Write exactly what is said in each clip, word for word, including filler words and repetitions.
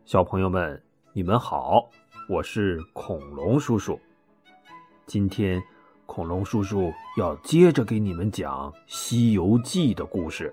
小朋友们，你们好，我是恐龙叔叔。今天恐龙叔叔要接着给你们讲《西游记》的故事。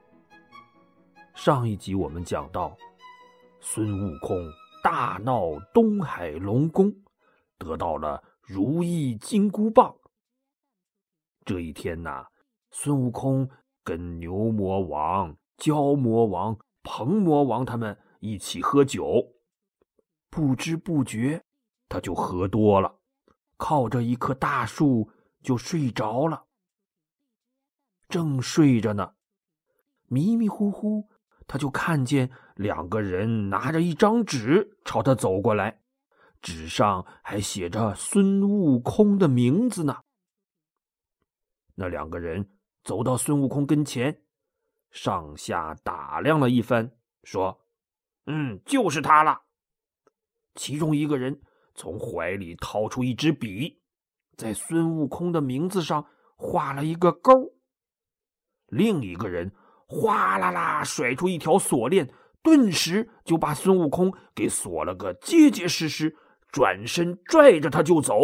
上一集我们讲到，孙悟空大闹东海龙宫，得到了如意金箍棒。这一天呐，孙悟空跟牛魔王、蛟魔王、鹏魔王他们一起喝酒，不知不觉他就喝多了，靠着一棵大树就睡着了。正睡着呢，迷迷糊糊他就看见两个人拿着一张纸朝他走过来，纸上还写着孙悟空的名字呢。那两个人走到孙悟空跟前，上下打量了一番，说：嗯，就是他了。其中一个人从怀里掏出一支笔，在孙悟空的名字上画了一个勾。另一个人哗啦啦甩出一条锁链，顿时就把孙悟空给锁了个结结实实，转身拽着他就走。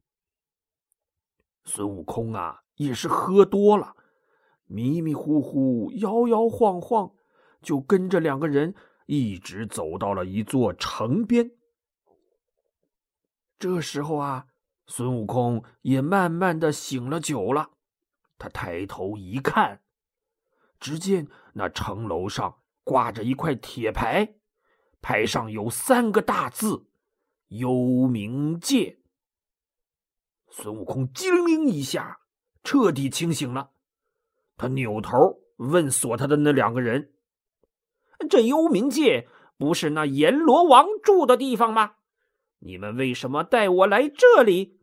孙悟空啊，也是喝多了，迷迷糊糊摇摇晃晃，就跟着两个人一直走到了一座城边。这时候啊，孙悟空也慢慢的醒了酒了。他抬头一看，只见那城楼上挂着一块铁牌，牌上有三个大字：幽冥界。孙悟空机灵灵一下，彻底清醒了。他扭头问锁他的那两个人：这幽冥界不是那阎罗王住的地方吗？你们为什么带我来这里？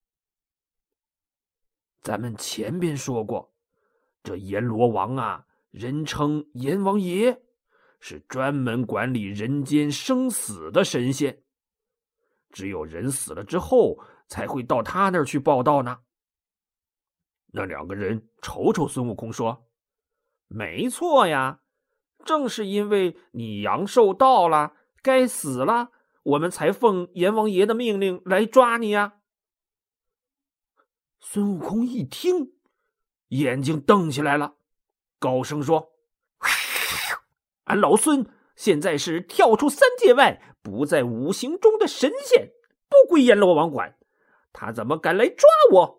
咱们前边说过，这阎罗王啊，人称阎王爷，是专门管理人间生死的神仙。只有人死了之后，才会到他那儿去报道呢。那两个人瞅瞅孙悟空说：没错呀，正是因为你阳寿到了，该死了，我们才奉阎王爷的命令来抓你呀。孙悟空一听，眼睛瞪起来了，高声说：俺老孙现在是跳出三界外，不在五行中的神仙，不归阎罗王管，他怎么敢来抓我？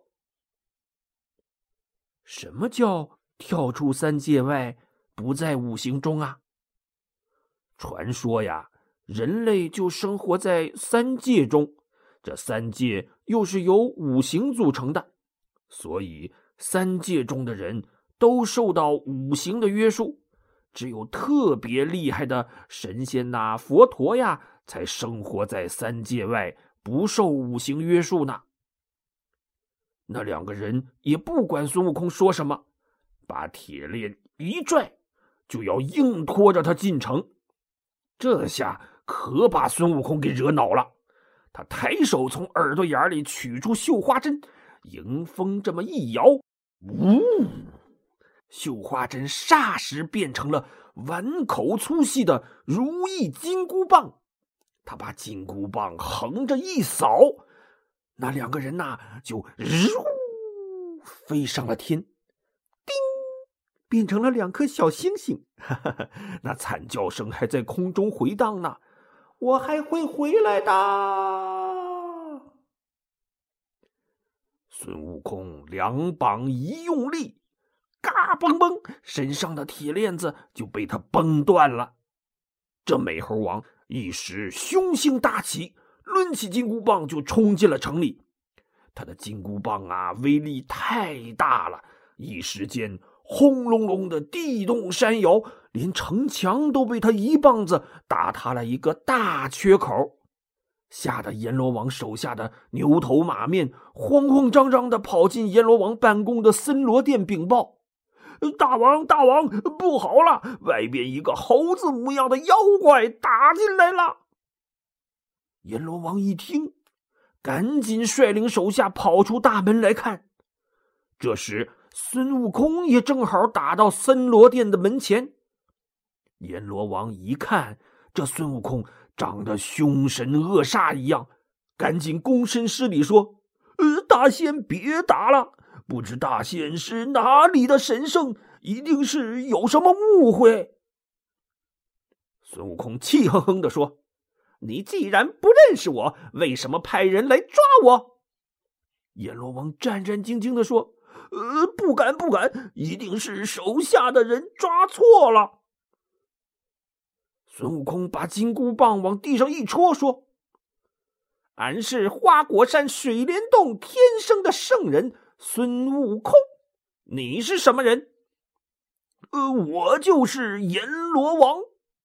什么叫跳出三界外，不在五行中啊？传说呀，人类就生活在三界中，这三界又是由五行组成的，所以三界中的人都受到五行的约束，只有特别厉害的神仙呐、佛陀呀，才生活在三界外，不受五行约束呢。那两个人也不管孙悟空说什么，把铁链一拽，就要硬拖着他进城。这下可把孙悟空给惹恼了，他抬手从耳朵眼里取出绣花针，迎风这么一摇，呜，绣花针霎时变成了碗口粗细的如意金箍棒。他把金箍棒横着一扫，那两个人呐、啊，就呜飞上了天，叮，变成了两颗小星星。哈哈哈，那惨叫声还在空中回荡呢。我还会回来的。孙悟空两膀一用力，嘎嘣嘣，身上的铁链子就被他崩断了。这美猴王一时凶性大起，抡起金箍棒就冲进了城里。他的金箍棒啊，威力太大了，一时间轰隆隆的地动山摇，连城墙都被他一棒子打塌了一个大缺口，吓得阎罗王手下的牛头马面慌慌张张地跑进阎罗王办公的森罗殿禀报：大王大王，不好了，外边一个猴子模样的妖怪打进来了。阎罗王一听，赶紧率领手下跑出大门来看。这时孙悟空也正好打到森罗殿的门前。阎罗王一看， 这孙悟空长得凶神恶煞一样，赶紧躬身施礼说：“呃，大仙别打了，不知大仙是哪里的神圣，一定是有什么误会。”孙悟空气哼哼地说：“你既然不认识我，为什么派人来抓我？”阎罗王战战兢兢地说：“呃，不敢不敢，一定是手下的人抓错了。”孙悟空把金箍棒往地上一戳，说：“俺是花果山水帘洞天生的圣人孙悟空，你是什么人？”“呃，我就是阎罗王。”“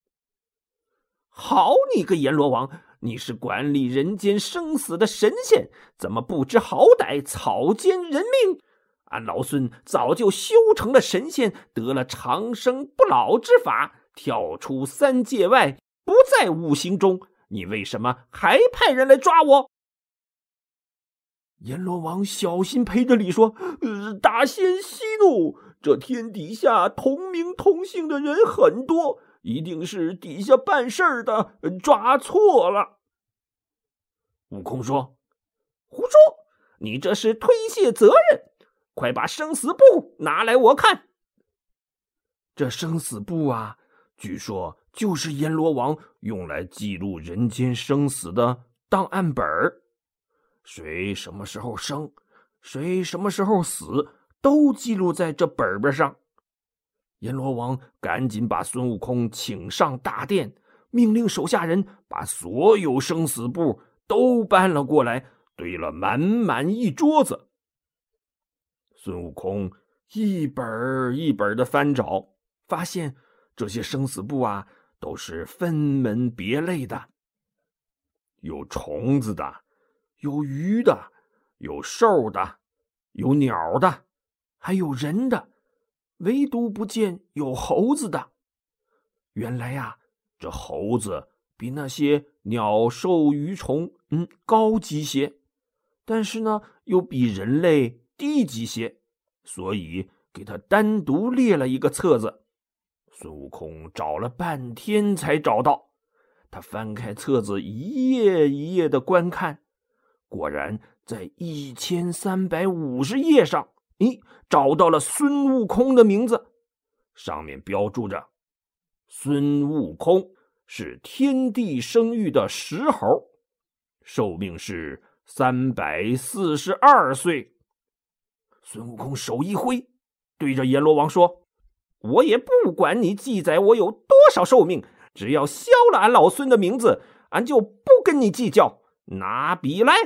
好你个阎罗王，你是管理人间生死的神仙，怎么不知好歹，草菅人命？俺老孙早就修成了神仙，得了长生不老之法，跳出三界外，不在五行中，你为什么还派人来抓我？”阎罗王小心赔着礼说：“呃，大仙息怒，这天底下同名同姓的人很多，一定是底下办事的抓错了。”悟空说：“胡说，你这是推卸责任，快把生死簿拿来我看。”这生死簿啊，据说就是阎罗王用来记录人间生死的档案本儿，谁什么时候生，谁什么时候死，都记录在这本本上。阎罗王赶紧把孙悟空请上大殿，命令手下人把所有生死簿都搬了过来，堆了满满一桌子。孙悟空一本一本的翻找，发现这些生死簿啊，都是分门别类的，有虫子的，有鱼的，有兽的，有鸟的，还有人的，唯独不见有猴子的。原来呀、啊，这猴子比那些鸟兽鱼虫嗯高级些，但是呢又比人类低级些，所以给他单独列了一个册子。孙悟空找了半天才找到，他翻开册子一页一页的观看，果然在一千三百五十页上，咦，找到了孙悟空的名字，上面标注着孙悟空是天地生育的石猴，寿命是三百四十二岁。孙悟空手一挥，对着阎罗王说：“我也不管你记载我有多少寿命，只要消了俺老孙的名字，俺就不跟你计较，拿笔来。”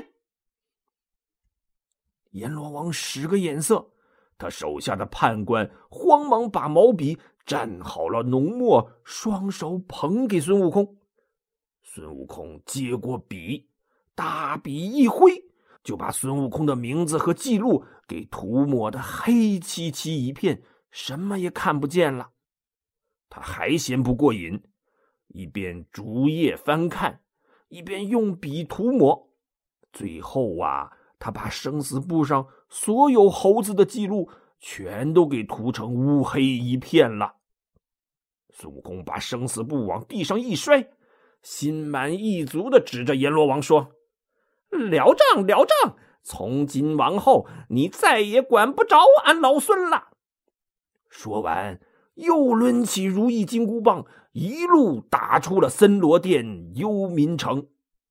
阎罗王使个眼色，他手下的判官慌忙把毛笔蘸好了浓墨，双手捧给孙悟空。孙悟空接过笔，大笔一挥，就把孙悟空的名字和记录给涂抹得黑漆漆一片，什么也看不见了。他还嫌不过瘾，一边逐页翻看，一边用笔涂抹。最后啊，他把生死簿上所有猴子的记录全都给涂成乌黑一片了。孙悟空把生死簿往地上一摔，心满意足地指着阎罗王说：“了账了账，从今往后你再也管不着俺老孙了。”说完又抡起如意金箍棒，一路打出了森罗殿幽冥城。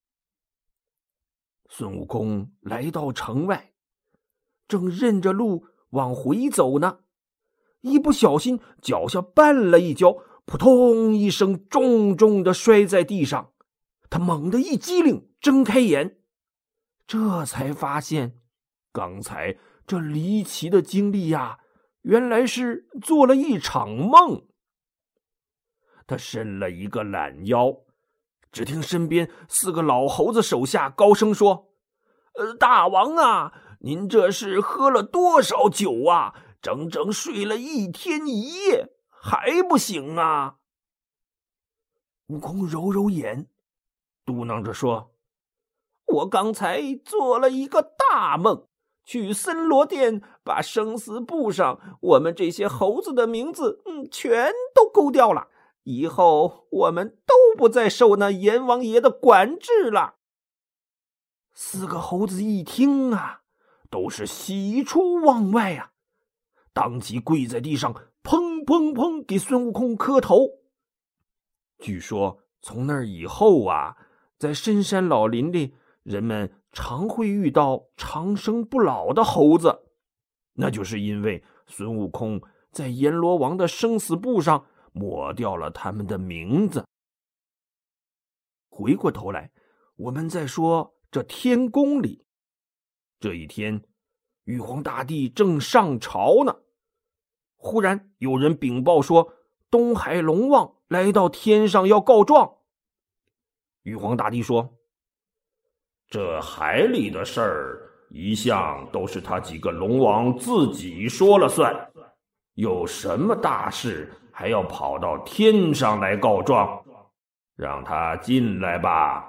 孙悟空来到城外，正认着路往回走呢，一不小心脚下绊了一跤，扑通一声重重地摔在地上。他猛地一激灵，睁开眼，这才发现刚才这离奇的经历呀，原来是做了一场梦。他伸了一个懒腰，只听身边四个老猴子手下高声说：“呃，大王啊，您这是喝了多少酒啊？整整睡了一天一夜，还不醒啊？”悟空揉揉眼，嘟囔着说：“我刚才做了一个大梦，去森罗殿把生死簿上我们这些猴子的名字嗯，全都勾掉了，以后我们都不再受那阎王爷的管制了。四个猴子一听啊，都是喜出望外啊，当即跪在地上，砰砰砰给孙悟空磕头。据说从那以后啊，在深山老林里，人们常会遇到长生不老的猴子，那就是因为孙悟空在阎罗王的生死簿上抹掉了他们的名字。回过头来，我们再说这天宫里。这一天，玉皇大帝正上朝呢，忽然有人禀报说，东海龙王来到天上要告状。玉皇大帝说，这海里的事儿一向都是他几个龙王自己说了算，有什么大事还要跑到天上来告状？让他进来吧。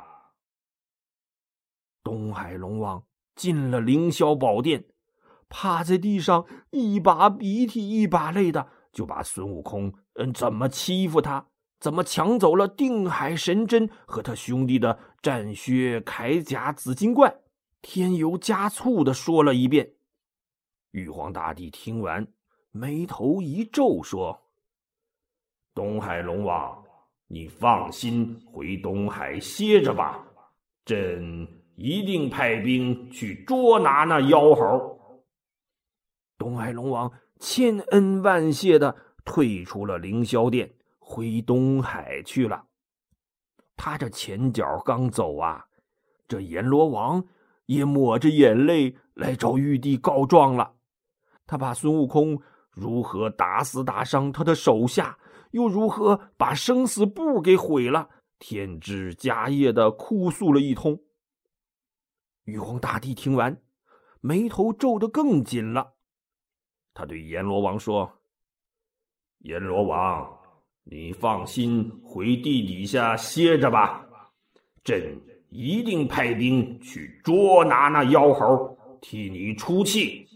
东海龙王进了凌霄宝殿，趴在地上，一把鼻涕一把泪的，就把孙悟空嗯怎么欺负他，怎么抢走了定海神针和他兄弟的战靴、铠甲、紫金冠，添油加醋的说了一遍。玉皇大帝听完，眉头一皱，说，东海龙王，你放心回东海歇着吧，朕一定派兵去捉拿那妖猴。东海龙王千恩万谢的退出了凌霄殿，回东海去了。他这前脚刚走啊，这阎罗王也抹着眼泪来找玉帝告状了。他把孙悟空如何打死打伤他的手下，又如何把生死簿给毁了，天枝迦叶的哭诉了一通。玉皇大帝听完，眉头皱得更紧了。他对阎罗王说，阎罗王，你放心回地底下歇着吧，朕一定派兵去捉拿那妖猴，替你出气。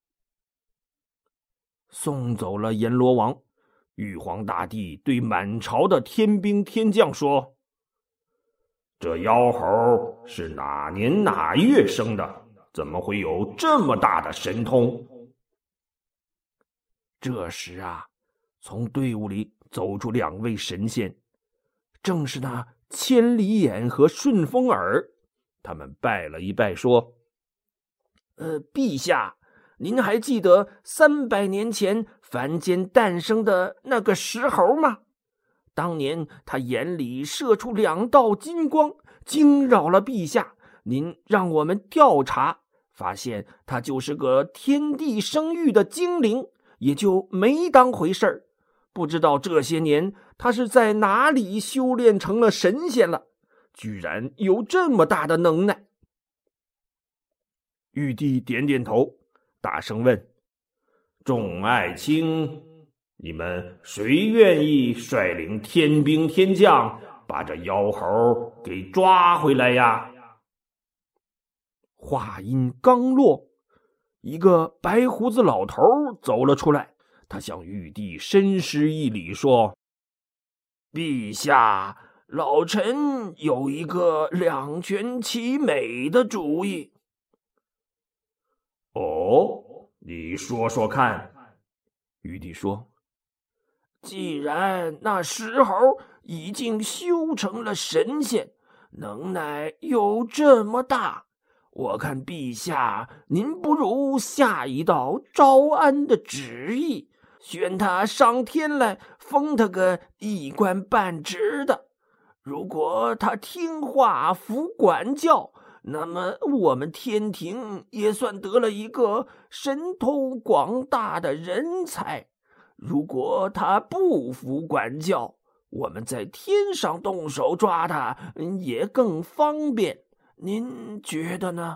送走了阎罗王，玉皇大帝对满朝的天兵天将说，这妖猴是哪年哪月生的？怎么会有这么大的神通？这时啊，从队伍里走出两位神仙，正是那千里眼和顺风耳。他们拜了一拜，说，呃，陛下，您还记得三百年前凡间诞生的那个石猴吗？当年他眼里射出两道金光，惊扰了陛下，您让我们调查，发现他就是个天地生育的精灵，也就没当回事儿。不知道这些年他是在哪里修炼成了神仙了，居然有这么大的能耐。玉帝点点头，大声问，众爱卿，你们谁愿意率领天兵天将把这妖猴给抓回来呀？话音刚落，一个白胡子老头走了出来，他向玉帝深施一礼，说，陛下，老臣有一个两全其美的主意。哦，你说说看。玉帝说，既然那石猴已经修成了神仙，能耐又这么大，我看陛下您不如下一道招安的旨意，选他上天来，封他个一官半职的。如果他听话服管教，那么我们天庭也算得了一个神通广大的人才。如果他不服管教，我们在天上动手抓他也更方便，您觉得呢？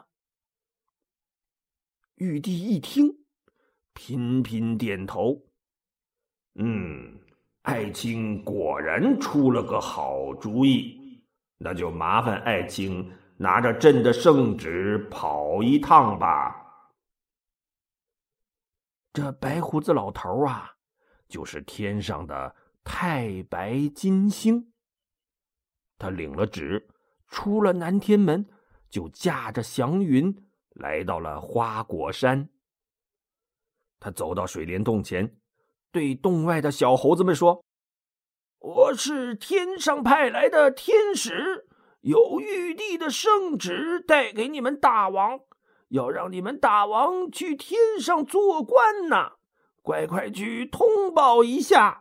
玉帝一听，频频点头。嗯，爱卿果然出了个好主意，那就麻烦爱卿拿着朕的圣旨跑一趟吧。这白胡子老头啊，就是天上的太白金星。 他领了旨，出了南天门，就驾着祥云来到了花果山。他走到水帘洞前，对洞外的小猴子们说：我是天上派来的天使，有玉帝的圣旨带给你们大王，要让你们大王去天上做官呢，快快去通报一下。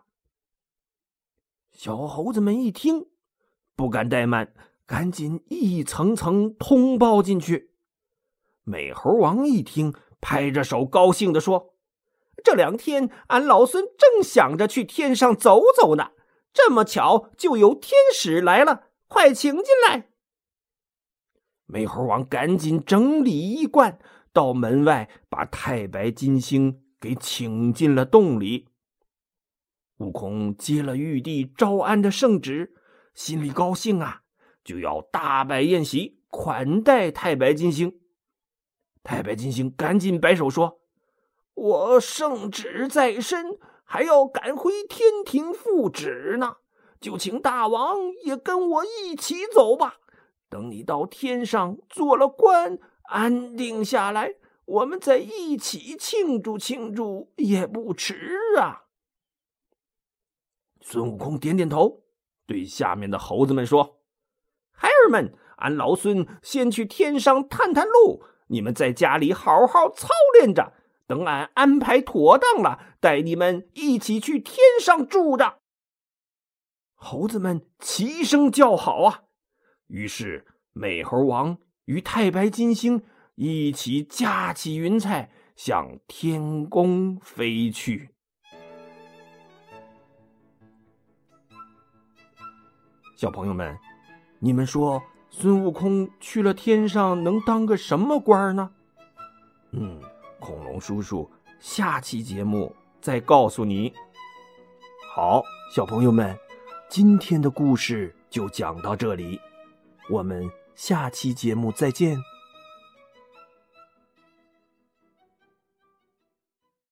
小猴子们一听，不敢怠慢，赶紧一层层通报进去。美猴王一听，拍着手高兴地说：这两天俺老孙正想着去天上走走呢，这么巧就有天使来了，快请进来。美猴王赶紧整理衣冠，到门外把太白金星给请进了洞里。悟空接了玉帝招安的圣旨，心里高兴啊，就要大摆宴席款待太白金星。太白金星赶紧摆手说：我圣旨在身，还要赶回天庭复旨呢，就请大王也跟我一起走吧。等你到天上做了官，安定下来，我们再一起庆祝庆祝也不迟啊。孙悟空点点头，对下面的猴子们说：孩儿们，俺老孙先去天上探探路，你们在家里好好操练着，等俺安排妥当了，带你们一起去天上住着。猴子们齐声叫好啊！于是美猴王与太白金星一起驾起云彩，向天宫飞去。小朋友们，你们说孙悟空去了天上能当个什么官呢？嗯，恐龙叔叔下期节目再告诉你。好，小朋友们，今天的故事就讲到这里，我们下期节目再见。